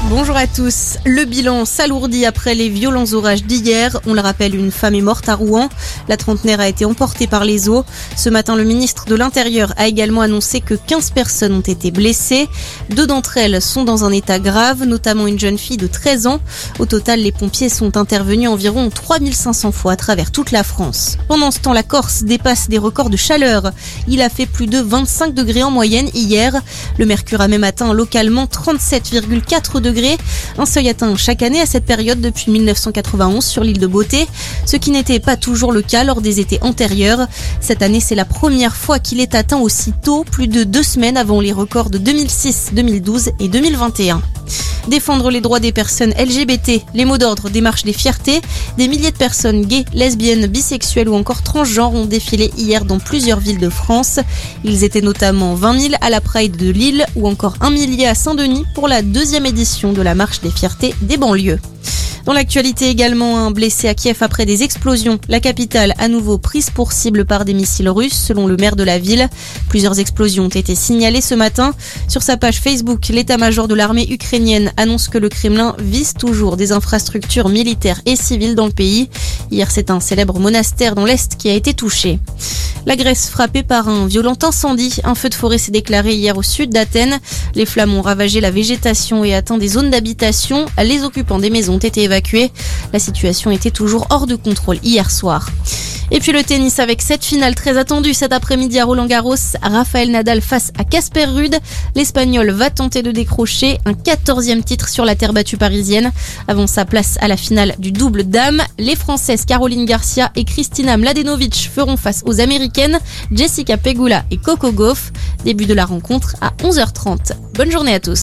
Bonjour à tous. Le bilan s'alourdit après les violents orages d'hier. On le rappelle, une femme est morte à Rouen. La trentenaire a été emportée par les eaux. Ce matin, le ministre de l'Intérieur a également annoncé que 15 personnes ont été blessées. 2 d'entre elles sont dans un état grave, notamment une jeune fille de 13 ans. Au total, les pompiers sont intervenus environ 3500 fois à travers toute la France. Pendant ce temps, la Corse dépasse des records de chaleur. Il a fait plus de 25 degrés en moyenne hier. Le mercure a même atteint localement 37,4 degrés. Un seuil atteint chaque année à cette période depuis 1991 sur l'île de Beauté, ce qui n'était pas toujours le cas lors des étés antérieurs. Cette année, c'est la première fois qu'il est atteint aussi tôt, plus de 2 semaines avant les records de 2006, 2012 et 2021. Défendre les droits des personnes LGBT, les mots d'ordre des marches des fiertés. Des milliers de personnes gays, lesbiennes, bisexuelles ou encore transgenres ont défilé hier dans plusieurs villes de France. Ils étaient notamment 20 000 à la Pride de Lille ou encore 1 millier à Saint-Denis pour la 2e édition de la marche des fiertés des banlieues. Dans l'actualité également, un blessé à Kiev après des explosions. La capitale à nouveau prise pour cible par des missiles russes, selon le maire de la ville. Plusieurs explosions ont été signalées ce matin. Sur sa page Facebook, l'état-major de l'armée ukrainienne annonce que le Kremlin vise toujours des infrastructures militaires et civiles dans le pays. Hier, c'est un célèbre monastère dans l'Est qui a été touché. La Grèce frappée par un violent incendie. Un feu de forêt s'est déclaré hier au sud d'Athènes. Les flammes ont ravagé la végétation et atteint des zones d'habitation. Les occupants des maisons ont été évacués. La situation était toujours hors de contrôle hier soir. Et puis le tennis avec cette finale très attendue cet après-midi à Roland-Garros. Rafael Nadal face à Casper Ruud. L'Espagnol va tenter de décrocher un 14e titre sur la terre battue parisienne. Avant sa place à la finale du double dames, les Françaises Caroline Garcia et Kristina Mladenovic feront face aux Américaines Jessica Pegula et Coco Gauff. Début de la rencontre à 11h30. Bonne journée à tous.